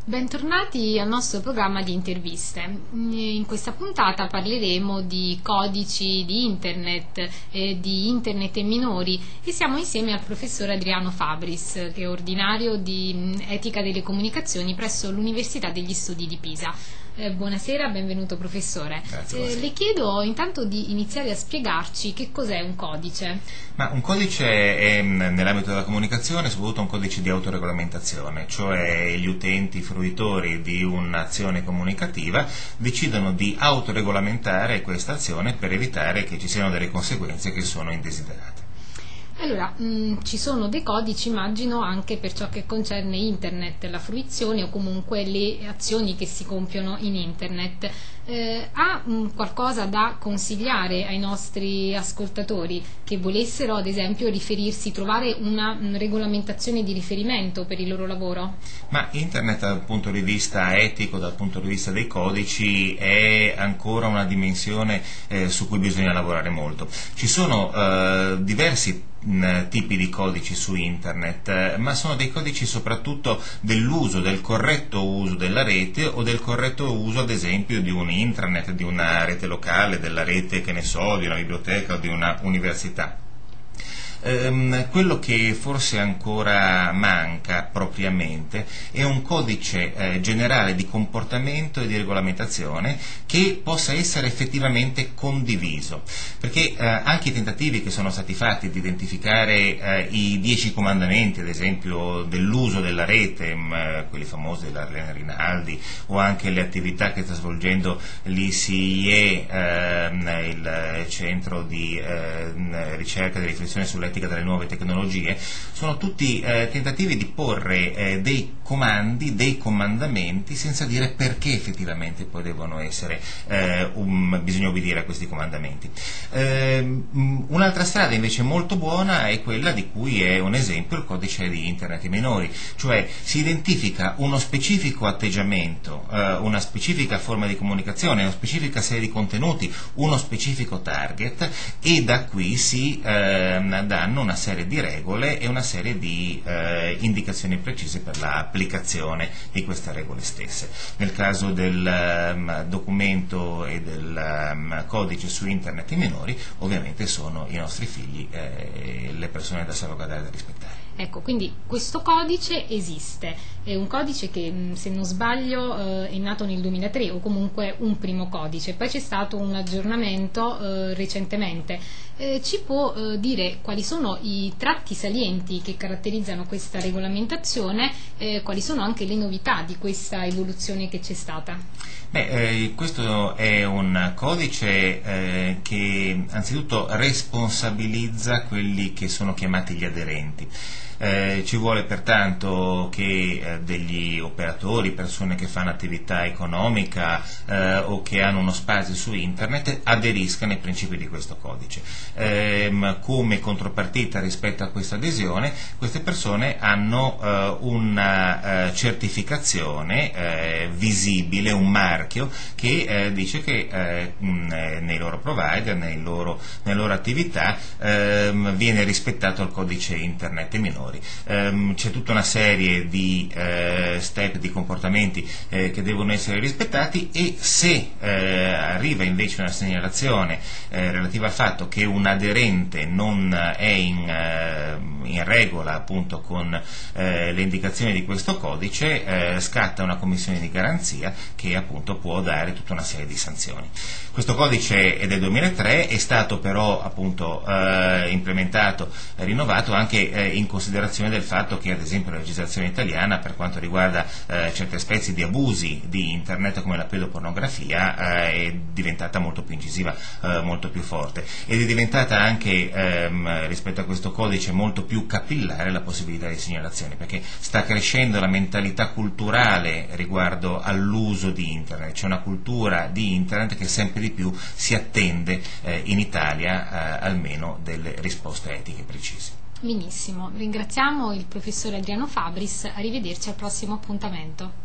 Bentornati al nostro programma di interviste. In questa puntata parleremo di codici di internet e minori, e siamo insieme al professor Adriano Fabris, che è ordinario di etica delle comunicazioni presso l'Università degli Studi di Pisa. Buonasera, benvenuto professore. Grazie. Le chiedo intanto di iniziare a spiegarci che cos'è un codice. Ma un codice è, nell'ambito della comunicazione, soprattutto un codice di autoregolamentazione, cioè gli utenti, i fruitori di un'azione comunicativa decidono di autoregolamentare questa azione per evitare che ci siano delle conseguenze che sono indesiderate. Allora, ci sono dei codici, immagino, anche per ciò che concerne internet, la fruizione o comunque le azioni che si compiono in internet. Ha qualcosa da consigliare ai nostri ascoltatori che volessero, ad esempio, trovare una regolamentazione di riferimento per il loro lavoro? Ma internet dal punto di vista etico, dal punto di vista dei codici, è ancora una dimensione su cui bisogna lavorare molto. Ci sono diversi tipi di codici su internet, ma sono dei codici soprattutto dell'uso, del corretto uso della rete o del corretto uso, ad esempio, di un intranet, di una rete locale, della rete, che ne so, di una biblioteca o di una università. Quello che forse ancora manca propriamente è un codice generale di comportamento e di regolamentazione che possa essere effettivamente condiviso, perché anche i tentativi che sono stati fatti di identificare i 10 comandamenti, ad esempio, dell'uso della rete, quelli famosi della Rinaldi, o anche le attività che sta svolgendo l'ICIE, il centro di ricerca e riflessione sull'etica delle nuove tecnologie, sono tutti tentativi di porre dei comandi, dei comandamenti, senza dire perché effettivamente poi devono essere, bisogna obbedire a questi comandamenti. Un'altra strada invece molto buona è quella di cui è un esempio il codice di internet ai minori, cioè si identifica uno specifico atteggiamento, una specifica forma di comunicazione, una specifica serie di contenuti, uno specifico target, e da qui si danno una serie di regole e una serie di indicazioni precise per l'applicazione di queste regole stesse. Nel caso del documento e del codice su internet ai minori, ovviamente sono i nostri figli, le persone da salvaguardare e da rispettare. Ecco, quindi questo codice esiste, è un codice che, se non sbaglio, è nato nel 2003, o comunque un primo codice, poi c'è stato un aggiornamento recentemente. Ci può dire quali sono i tratti salienti che caratterizzano questa regolamentazione, quali sono anche le novità di questa evoluzione che c'è stata? Questo è un codice che anzitutto responsabilizza quelli che sono chiamati gli aderenti. Ci vuole pertanto che degli operatori, persone che fanno attività economica o che hanno uno spazio su internet, aderiscano ai principi di questo codice. Come contropartita rispetto a questa adesione, queste persone hanno una certificazione visibile, un marchio che dice che nei loro provider, nelle loro attività, viene rispettato il codice internet ai minori. C'è tutta una serie di step, di comportamenti che devono essere rispettati, e se arriva invece una segnalazione relativa al fatto che un aderente non è in regola appunto con le indicazioni di questo codice, scatta una commissione di garanzia che appunto può dare tutta una serie di sanzioni. Questo codice è del 2003, è stato però appunto implementato, rinnovato anche in considerazione del fatto che, ad esempio, la legislazione italiana, per quanto riguarda certe specie di abusi di internet come la pedopornografia, è diventata molto più incisiva, molto più forte, ed è diventata anche rispetto a questo codice molto più capillare la possibilità di segnalazione, perché sta crescendo la mentalità culturale riguardo all'uso di internet. C'è una cultura di internet che sempre di più si attende in Italia almeno delle risposte etiche precise. Benissimo, ringraziamo il professore Adriano Fabris, arrivederci al prossimo appuntamento.